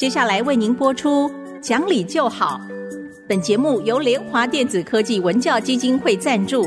接下来为您播出讲理就好。本节目由联华电子科技文教基金会赞助。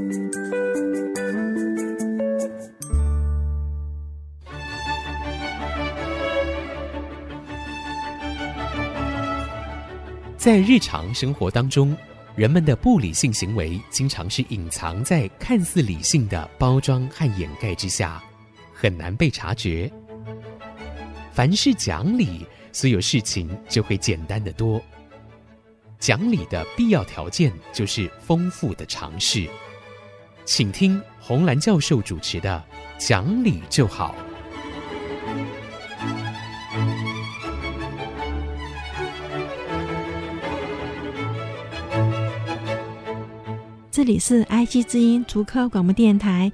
在日常生活当中，人们的不理性行为经常是隐藏在看似理性的包装和掩盖之下，很难被察觉。凡是讲理，所有事情就会简单得多。讲理的必要条件就是丰富的常识。请听洪兰教授主持的《讲理就好》。 这里是 IC 之音竹科广播电台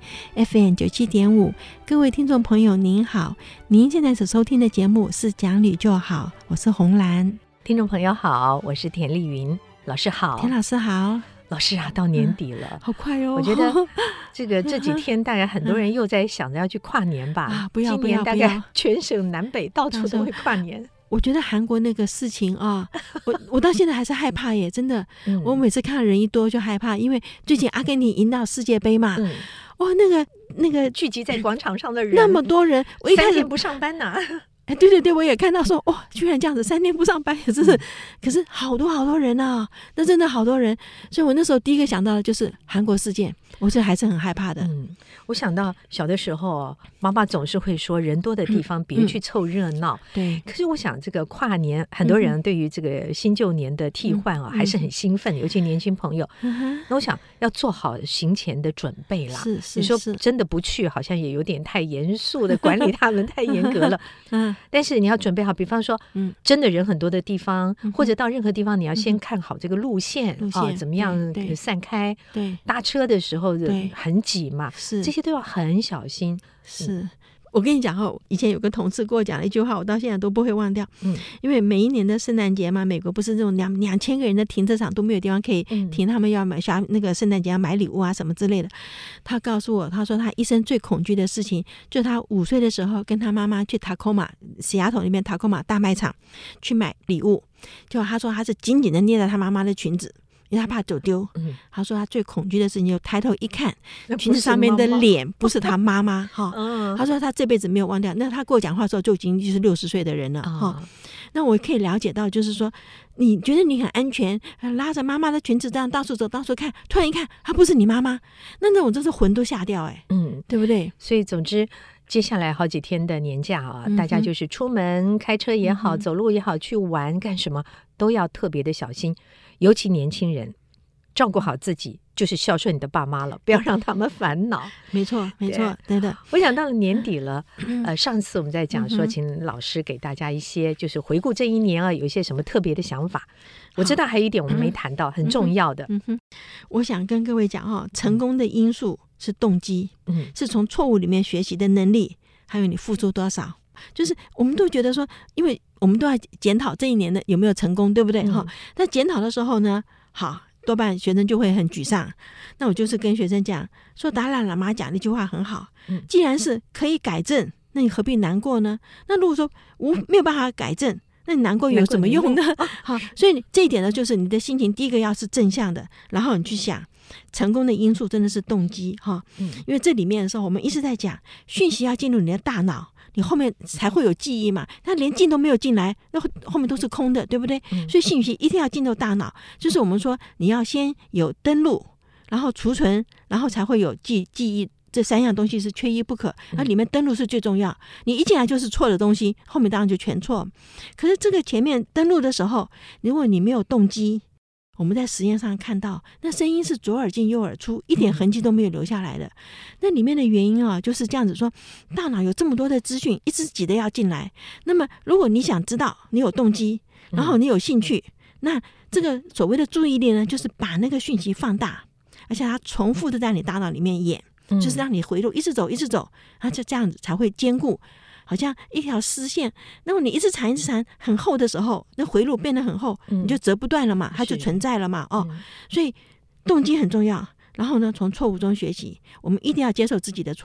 FM97.5， 各位听众朋友您好，您现在所收听的节目是讲理就好，我是洪兰。 听众朋友好，我是田丽云。老师好。 田老师好。 老师啊，到年底了， 好快哦！ 我觉得这几天大概很多人又在想着要去跨年吧。 不要， 今年大概全省南北到处都会跨年。 我觉得韩国那个事情啊，我到现在还是害怕耶，真的。我每次看到人一多就害怕，因为最近阿根廷赢到世界杯嘛，哇，那个聚集在广场上的人， 那么多人，我一开始 3天不上班呢。 对，我也看到说，哇，居然这样子，3天不上班，真是。可是好多人啊，那真的好多人，所以我那时候第一个想到的就是韩国事件，我这还是很害怕的。 我想到小的时候，妈妈总是会说，人多的地方别去凑热闹。 对。 可是我想，这个跨年，很多人对于这个新旧年的替换啊，还是很兴奋，尤其年轻朋友。那我想要做好行前的准备啦。 是。 你说真的不去，好像也有点太严肃的管理他们，太严格了。但是你要准备好，比方说，真的人很多的地方，或者到任何地方，你要先看好这个路线啊，怎么样散开。 对， 搭车的时候很挤嘛， 是这些都要很小心。 是。我跟你讲以前有个同事跟我讲了一句话，我到现在都不会忘掉。因为每一年的圣诞节嘛，美国不是这种2000个人的停车场都没有地方可以停，他们要买那个圣诞节要买礼物啊什么之类的。他告诉我，他说他一生最恐惧的事情，就是他5岁的时候跟他妈妈去Tacoma西雅图那边Tacoma大卖场去买礼物，就他说他是紧紧的捏着他妈妈的裙子，因为他怕走丢。他说他最恐惧的事情就抬头一看，裙子上面的脸不是他妈妈。他说他这辈子没有忘掉。那他跟我讲话的时候就已经就是60岁的人了。那我可以了解到，就是说你觉得你很安全，拉着妈妈的裙子这样到处走到处看，突然一看她不是你妈妈，那种真是魂都吓掉。对不对？ 所以总之接下来好几天的年假啊，大家就是出门开车也好，走路也好，去玩干什么都要特别的小心，尤其年轻人照顾好自己就是孝顺你的爸妈了，不要让他们烦恼。 没错，对的。 我想到了年底了，上次我们在讲说，请老师给大家一些就是回顾这一年啊，有一些什么特别的想法。我知道还有一点我们没谈到，很重要的。 我想跟各位讲成功的因素是动机，是从错误里面学习的能力，还有你付出多少。就是我们都觉得说，因为我们都要检讨这一年的有没有成功，对不对？那检讨的时候呢，好，多半学生就会很沮丧。那我就是跟学生讲说，达赖喇嘛讲的一句话很好，既然是可以改正，那你何必难过呢？那如果说没有办法改正，那你难过有什么用呢？好，所以这一点呢，就是你的心情第一个要是正向的，然后你去想成功的因素真的是动机。因为这里面的时候我们一直在讲讯息要进入你的大脑，你后面才会有记忆嘛，那连进都没有进来，那后面都是空的，对不对？所以信息一定要进入大脑，就是我们说你要先有登录，然后储存，然后才会有记忆，这3样东西是缺一不可。那里面登录是最重要，你一进来就是错的东西，后面当然就全错。可是这个前面登录的时候，如果你没有动机，我们在实验上看到那声音是左耳进右耳出，一点痕迹都没有留下来的。那里面的原因就是这样子说，大脑有这么多的资讯一直挤得要进来，那么如果你想知道，你有动机，然后你有兴趣，那这个所谓的注意力呢，就是把那个讯息放大，而且它重复的在你大脑里面演，就是让你回路一直走，它就这样子才会坚固，好像一条丝线。那么你一直缠很厚的时候，那回路变得很厚，你就折不断了嘛，它就存在了嘛。所以动机很重要。然后呢，从错误中学习，我们一定要接受自己的错误。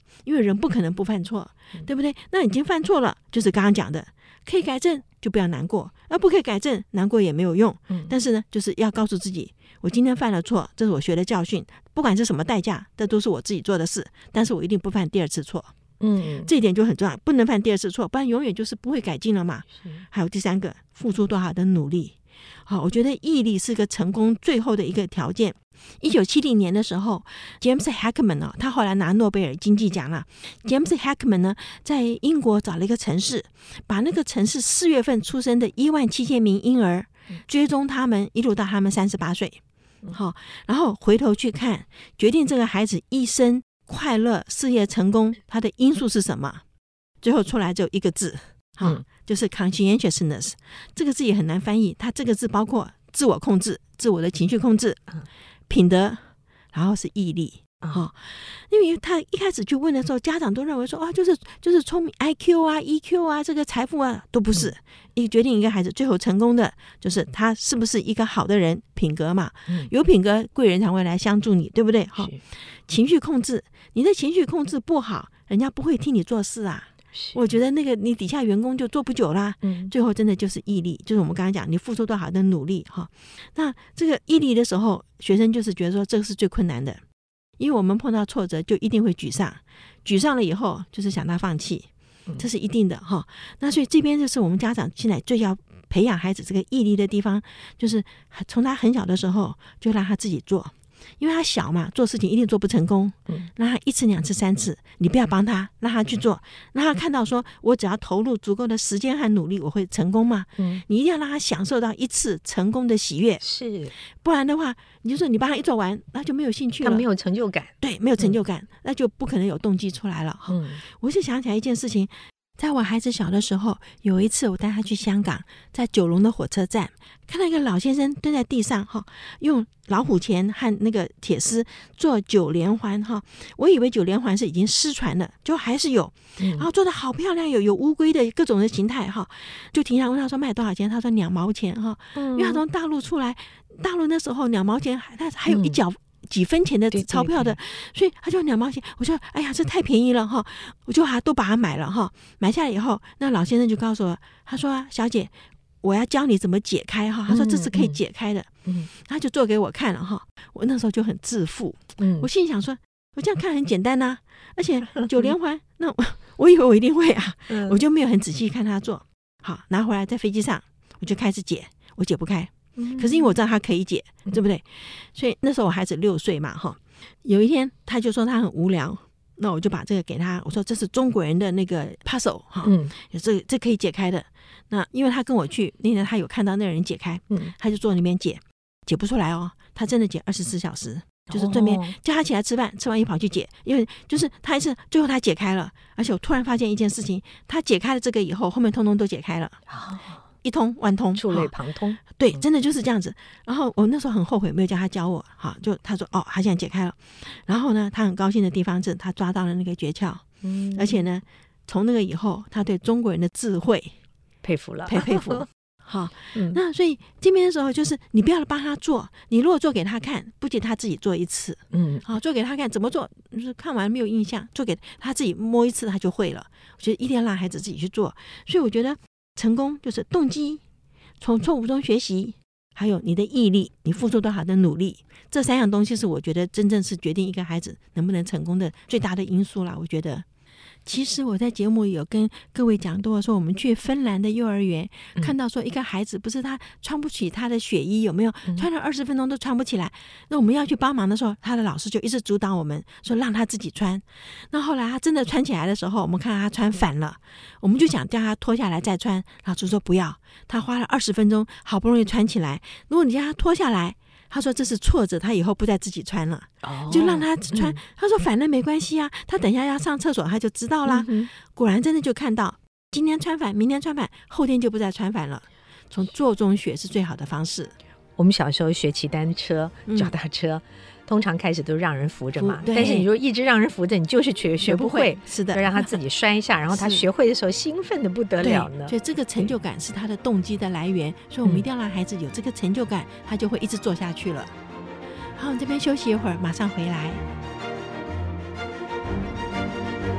因为人不可能不犯错，对不对？那已经犯错了，就是刚刚讲的，可以改正就不要难过，不可以改正，难过也没有用。但是呢，就是要告诉自己，我今天犯了错，这是我学的教训，不管是什么代价，这都是我自己做的事，但是我一定不犯第二次错。这一点就很重要，不能犯第二次错，不然永远就是不会改进了嘛。还有第三个，付出多少的努力。好，我觉得毅力是个成功最后的一个条件。1970年的时候 James Heckman 他后来拿诺贝尔经济奖了。James Heckman 呢，在英国找了一个城市，把那个城市4月份出生的17000名婴儿追踪他们一路到他们38岁。好，然后回头去看，决定这个孩子一生快乐事业成功他的因素是什么，最后出来只有一个字，就是 conscientiousness。 这个字也很难翻译，它这个字包括自我控制，自我的情绪控制，品德，然后是毅力。因为他一开始去问的时候，家长都认为说就是聪明 IQ 啊 EQ 啊，这个财富啊都不是。决定一个孩子最后成功的就是他是不是一个好的人，品格嘛，有品格贵人才会来相助你，对不对？情绪控制，你的情绪控制不好，人家不会替你做事啊。我觉得那个你底下员工就做不久啦。最后真的就是毅力，就是我们刚刚讲你付出多少的努力。那这个毅力的时候，学生就是觉得说这个是最困难的，因为我们碰到挫折就一定会沮丧，沮丧了以后就是想到放弃，这是一定的。那所以这边就是我们家长现在最要培养孩子这个毅力的地方，就是从他很小的时候就让他自己做，因为他小嘛，做事情一定做不成功，让他1次2次3次，你不要帮他，让他去做，让他看到说我只要投入足够的时间和努力我会成功嘛。你一定要让他享受到一次成功的喜悦， 是， 不然的话你就说你帮他一做完那就没有兴趣了， 他没有成就感。 对，没有成就感，那就不可能有动机出来了。我是想起来一件事情，在我孩子小的时候，有一次我带他去香港，在九龙的火车站看到一个老先生蹲在地上，用老虎钳和那个铁丝做9连环。我以为9连环是已经失传了，就还是有，然后做的好漂亮，有乌龟的各种的形态。就停下来问他说卖多少钱，他说2毛钱。因为他从大陆出来，大陆那时候2毛钱他还有一角几分钱的钞票的，所以他就2毛钱。我说哎呀这太便宜了我就都把它买了买下来以后，那老先生就告诉我，他说小姐我要教你怎么解开他说这是可以解开的。他就做给我看了我那时候就很自负。我心里想说我这样看很简单啊，而且9连环那我以为我一定会啊，我就没有很仔细看他做。好，拿回来在飞机上我就开始解，我解不开，可是因为我知道他可以解，对不对？所以那时候我孩子6岁嘛有一天他就说他很无聊，那我就把这个给他，我说这是中国人的那个 puzzle 这可以解开的。那因为他跟我去那天他有看到那个人解开，他就坐那边解不出来他真的解24小时，就是顺便叫他起来吃饭，吃完一跑去解，因为就是他一次最后他解开了，而且我突然发现一件事情，他解开了这个以后后面通通都解开了，一通万通， 触类旁通。 对，真的就是这样子。然后我那时候很后悔没有叫他教我，就他说他现在解开了。然后呢他很高兴的地方是他抓到了那个诀窍，而且呢从那个以后他对中国人的智慧佩服了， 佩服。那所以这边的时候就是你不要帮他做，你如果做给他看，不仅他自己做一次，做给他看怎么做，就是看完没有印象，做给他自己摸一次他就会了。我觉得一定要让孩子自己去做。所以我觉得成功就是动机，从错误中学习，还有你的毅力，你付出多少的努力，这3样东西是我觉得真正是决定一个孩子能不能成功的最大的因素啦。我觉得其实我在节目有跟各位讲过，说我们去芬兰的幼儿园，看到说一个孩子不是他穿不起他的雪衣，有没有穿了20分钟都穿不起来，那我们要去帮忙的时候，他的老师就一直阻挡我们，说让他自己穿。那后来他真的穿起来的时候，我们看到他穿反了，我们就想叫他脱下来再穿，老师说不要，他花了20分钟好不容易穿起来，如果你叫他脱下来，他说这是挫折，他以后不再自己穿了，就让他穿。他说反正没关系啊，他等一下要上厕所他就知道啦。果然真的就看到今天穿反，明天穿反，后天就不再穿反了。从做中学是最好的方式。 我们小时候学骑单车、脚踏车，通常开始都让人扶着嘛，但是你说一直让人扶着，你就是学不会。 是的， 就让他自己摔一下，然后他学会的时候兴奋的不得了呢。 所以这个成就感是他的动机的来源，所以我们一定要让孩子有这个成就感，他就会一直做下去了。好，我们这边休息一会儿，马上回来。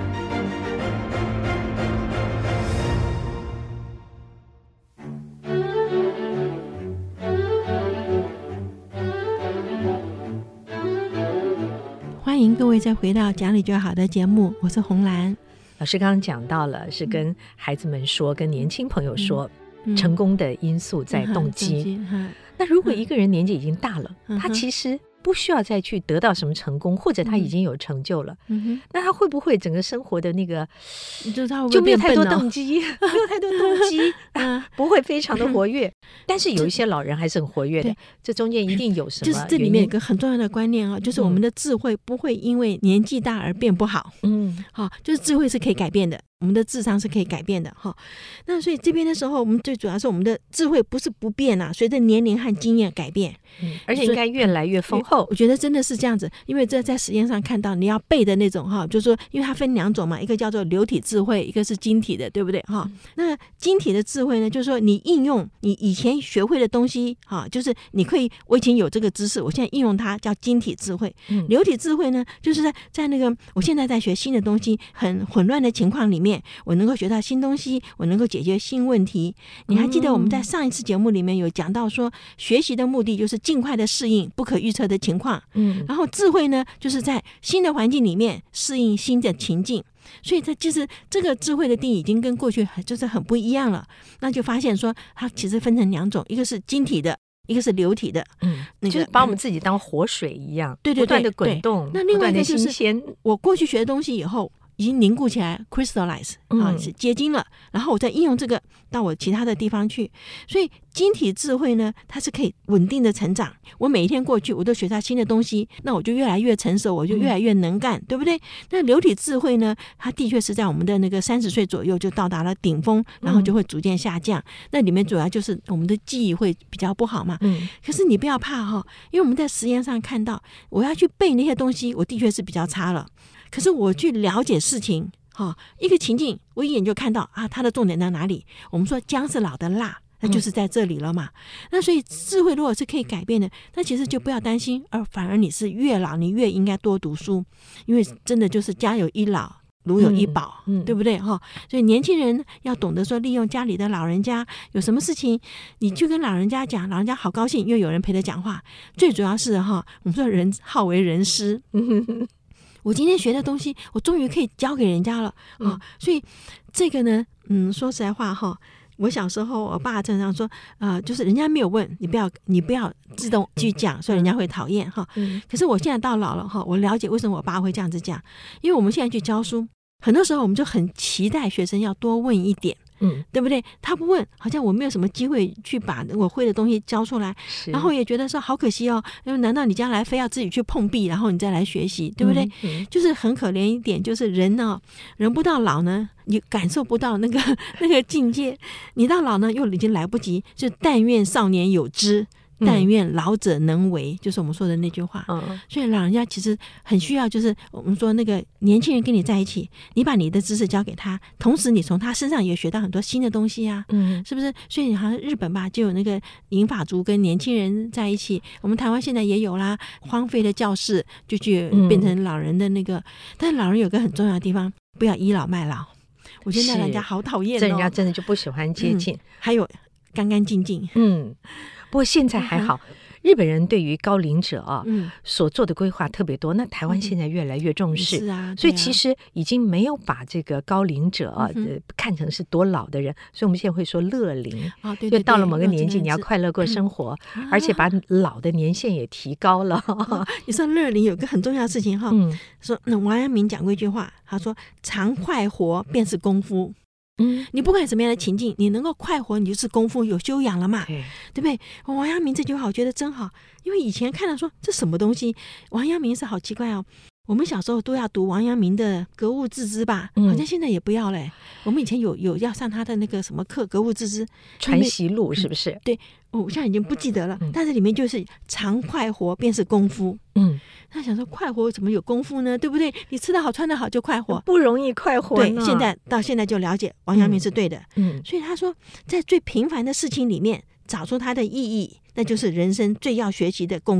各位再回到讲理就好的节目，我是洪兰。 老师刚刚讲到了，是跟孩子们说，跟年轻朋友说，成功的因素在动机。那如果一个人年纪已经大了，他其实不需要再去得到什么成功，或者他已经有成就了，那他会不会整个生活的那个就没有太多动机，没有太多动机，不会非常的活跃？但是有一些老人还是很活跃的，这中间一定有什么？ 就是这里面有一个很重要的观念啊，就是我们的智慧不会因为年纪大而变不好。好，就是智慧是可以改变的。我们的智商是可以改变的哈，那所以这边的时候，我们最主要是我们的智慧不是不变啊，随着年龄和经验改变， 而且应该越来越丰厚。 我觉得真的是这样子，因为这在实验上看到，你要背的那种哈，就是说，因为它分两种嘛，一个叫做流体智慧，一个是晶体的，对不对哈？那晶体的智慧呢，就是说你应用你以前学会的东西哈，就是你可以，我以前有这个知识，我现在应用它叫晶体智慧。流体智慧呢，就是在那个我现在在学新的东西，很混乱的情况里面，我能够学到新东西，我能够解决新问题。你还记得我们在上一次节目里面有讲到说，学习的目的就是尽快的适应不可预测的情况，然后智慧呢，就是在新的环境里面适应新的情境。所以它就是这个智慧的定义已经跟过去就是很不一样了。那就发现说，它其实分成两种，一个是晶体的，一个是流体的， 就是把我们自己当活水一样， 对， 不断的滚动。 那另外一个就是我过去学的东西以后已经凝固起来 crystallize 是结晶了，然后我再应用这个到我其他的地方去。所以晶体智慧呢，它是可以稳定的成长。我每一天过去，我都学到新的东西，那我就越来越成熟，我就越来越能干，对不对？那流体智慧呢，它的确是在我们的那个30岁左右就到达了顶峰，然后就会逐渐下降。那里面主要就是我们的记忆会比较不好嘛。可是你不要怕哈，因为我们在实验上看到，我要去背那些东西，我的确是比较差了。可是我去了解事情，一个情境，我一眼就看到啊，它的重点在哪里？我们说姜是老的辣，那就是在这里了嘛。那所以智慧如果是可以改变的，那其实就不要担心，反而你是越老你越应该多读书，因为真的就是家有一老如有一宝，对不对哈？所以年轻人要懂得说，利用家里的老人家，有什么事情你去跟老人家讲，老人家好高兴，因为有人陪他讲话。最主要是哈，我们说人好为人师。我今天学的东西，我终于可以教给人家了啊！所以这个呢，说实在话哈，我小时候我爸常常说，就是人家没有问你不要自动去讲，所以人家会讨厌哈。可是我现在到老了哈，我了解为什么我爸会这样子讲，因为我们现在去教书，很多时候我们就很期待学生要多问一点。对不对？他不问，好像我没有什么机会去把我会的东西教出来，然后也觉得说好可惜哦，因为难道你将来非要自己去碰壁，然后你再来学习，对不对？就是很可怜一点，就是人不到老呢，你感受不到那个境界，你到老呢又已经来不及，就但愿少年有知，但愿老者能为，就是我们说的那句话。所以老人家其实很需要，就是我们说那个年轻人跟你在一起，你把你的知识交给他，同时你从他身上也学到很多新的东西啊，是不是？所以好像日本吧，就有那个银发族跟年轻人在一起，我们台湾现在也有啦，荒废的教室就去变成老人的那个，但老人有个很重要的地方，不要倚老卖老。我觉得那人家好讨厌哦， 这人家真的就不喜欢接近。 还有干干净净。 不过现在还好，日本人对于高龄者所做的规划特别多，那台湾现在越来越重视，所以其实已经没有把这个高龄者看成是多老的人，所以我们现在会说乐龄，就到了某个年纪你要快乐过生活，而且把老的年限也提高了。 你说乐龄有个很重要的事情哈，说王阳明讲过一句话，他说常快活便是功夫。你不管什么样的情境，你能够快活，你就是功夫有修养了嘛，对不对？王阳明这句话我觉得真好，因为以前看到说这什么东西，王阳明是好奇怪哦。我们小时候都要读王阳明的格物致知吧，好像现在也不要嘞。我们以前有要上他的那个什么课，格物致知传习录是不是？ 对，我现在已经不记得了，但是里面就是常快活便是功夫。他想说快活怎么有功夫呢？对不对？你吃得好穿得好就快活， 不容易快活。 对，到现在就了解王阳明是对的。所以他说在最平凡的事情里面找出它的意义，那就是人生最要学习的功课。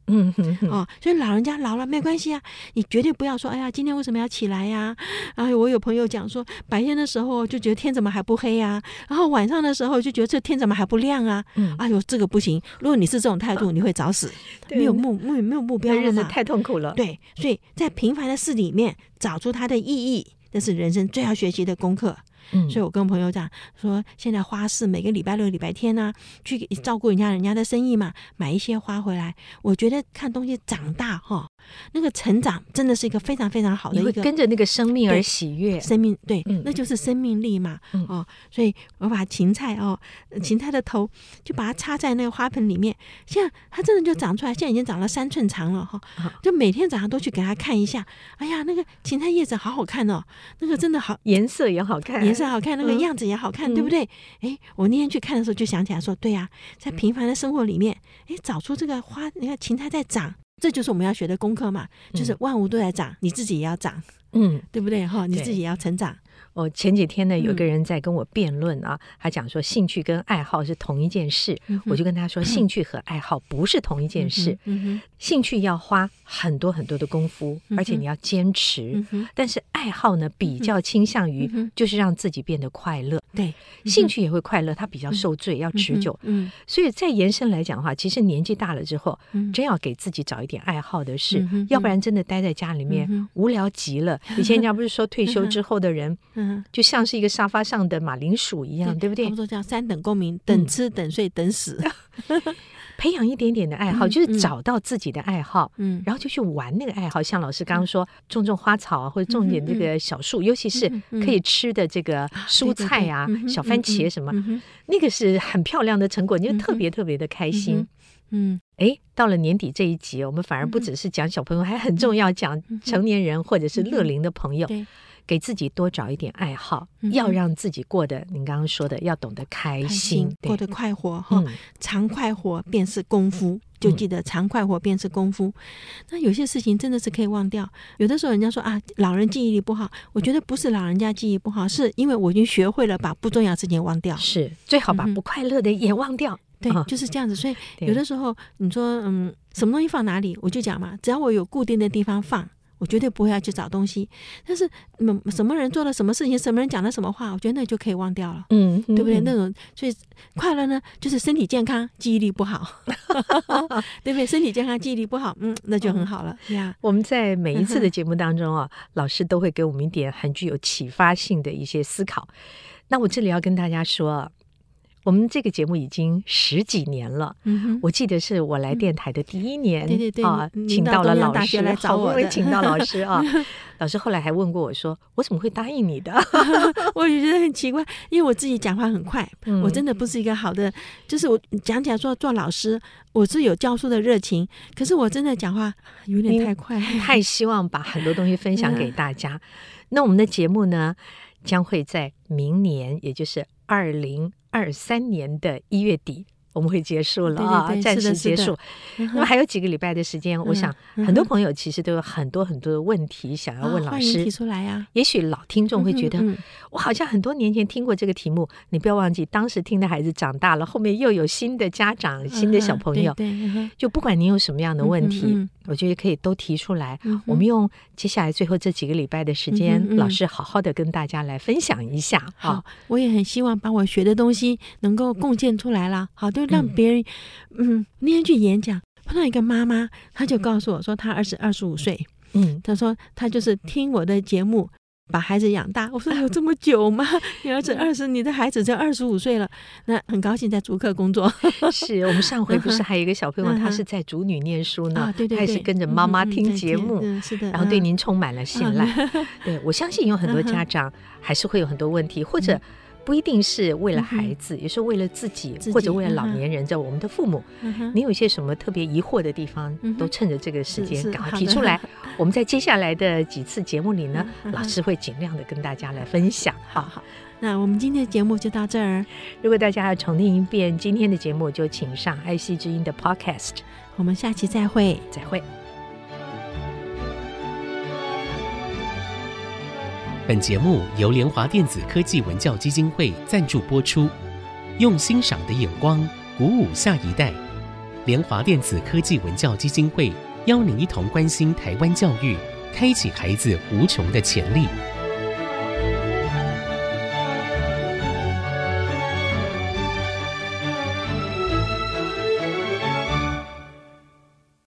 所以老人家老了没关系啊，你绝对不要说哎呀今天为什么要起来呀？我有朋友讲说白天的时候就觉得天怎么还不黑啊，然后晚上的时候就觉得这天怎么还不亮啊？哎呦这个不行，如果你是这种态度你会早死，没有目标了嘛， 日子太痛苦了。 对，所以在平凡的事里面找出它的意义，这是人生最要学习的功课。所以我跟朋友讲说，现在花市每个礼拜六礼拜天啊，去照顾人家的生意嘛，买一些花回来，我觉得看东西长大那个成长真的是一个非常非常好的一个， 你会跟着那个生命而喜悦， 生命对，那就是生命力嘛。所以我把芹菜的头就把它插在那个花盆里面，现在它真的就长出来，现在已经长了3寸长了就每天早上都去给它看一下，哎呀那个芹菜叶子好好看哦，那个真的好， 颜色也好看， 颜色好看，那个样子也好看，对不对？我那天去看的时候就想起来说，对呀，在平凡的生活里面找出这个花，你看芹菜在长，这就是我们要学的功课嘛，就是万物都在长，你自己也要长，对不对？你自己也要成长。 我前几天呢，有个人在跟我辩论他讲说兴趣跟爱好是同一件事，我就跟他说，兴趣和爱好不是同一件事，兴趣要花很多很多的功夫，而且你要坚持，但是爱好呢，比较倾向于就是让自己变得快乐， 对， 兴趣也会快乐，它比较受罪，要持久，所以在延伸来讲的话，其实年纪大了之后，真要给自己找一点爱好的事，要不然真的待在家里面无聊极了。以前人家不是说退休之后的人就像是一个沙发上的马铃薯一样，对不对？ 他们说叫3等公民，等吃等睡等死。 培养一点点的爱好，就是找到自己的爱好，然后就去玩那个爱好。像老师刚刚说，种花草或者种点这个小树，尤其是可以吃的这个蔬菜小番茄什么，那个是很漂亮的成果，你就特别特别的开心。到了年底这一集，我们反而不只是讲小朋友，还很重要讲成年人或者是乐龄的朋友。给自己多找一点爱好，要让自己过得您刚刚说的要懂得开心， 过得快活常快活便是功夫，就记得常快活便是功夫。那有些事情真的是可以忘掉，有的时候人家说老人记忆力不好，我觉得不是老人家记忆不好，是因为我已经学会了把不重要的事情忘掉， 是最好把不快乐的也忘掉。 对，就是这样子。所以有的时候你说什么东西放哪里，我就讲嘛，只要我有固定的地方放，我绝对不会要去找东西。但是什么人做了什么事情，什么人讲了什么话，我觉得那就可以忘掉了，对不对？那种所以快乐呢，就是身体健康，记忆力不好，对不对？身体健康，记忆力不好，那就很好了呀。 我们在每一次的节目当中老师都会给我们一点很具有启发性的一些思考。那我这里要跟大家说，我们这个节目已经10几年了，我记得是我来电台的第1年， 对请到了老师， 来找我的， 请到老师老师后来还问过我说，我怎么会答应你的？ 我也觉得很奇怪，因为我自己讲话很快，我真的不是一个好的，就是我讲起来说做老师，我是有教书的热情，可是我真的讲话有点太快， 太希望把很多东西分享给大家。那我们的节目呢，将会在明年，也就是2023年的1月底，我们会结束了暂时结束。那么还有几个礼拜的时间，我想很多朋友其实都有很多很多的问题想要问老师， 欢迎提出来呀。 也许老听众会觉得，我好像很多年前听过这个题目，你不要忘记，当时听的孩子长大了，后面又有新的家长、新的小朋友，就不管你有什么样的问题，我觉得可以都提出来。我们用接下来最后这几个礼拜的时间，老师好好的跟大家来分享一下。 好，我也很希望把我学的东西能够贡献出来了，好，就让别人那天去演讲，碰到一个妈妈，她就告诉我说，她儿子25岁，她说她就是听我的节目把孩子养大。我说有这么久吗？你儿子你的孩子才25岁了，那很高兴在竹科工作。 是我们上回不是还有一个小朋友，他是在竹女念书呢，他也是跟着妈妈听节目， 是的， 然后对您充满了信赖。对，我相信有很多家长还是会有很多问题，或者不一定是为了孩子，也是为了自己，或者为了老年人，我们的父母，你有一些什么特别疑惑的地方，都趁着这个时间赶快提出来。我们在接下来的几次节目里呢，老师会尽量的跟大家来分享。 好，那我们今天的节目就到这儿。 如果大家要重听一遍今天的节目，就请上爱惜之音的 Podcast。 我们下期再会。 再会。 本节目由联华电子科技文教基金会赞助播出，用欣赏的眼光鼓舞下一代。 联华电子科技文教基金会邀您一同关心台湾教育，开启孩子无穷的潜力。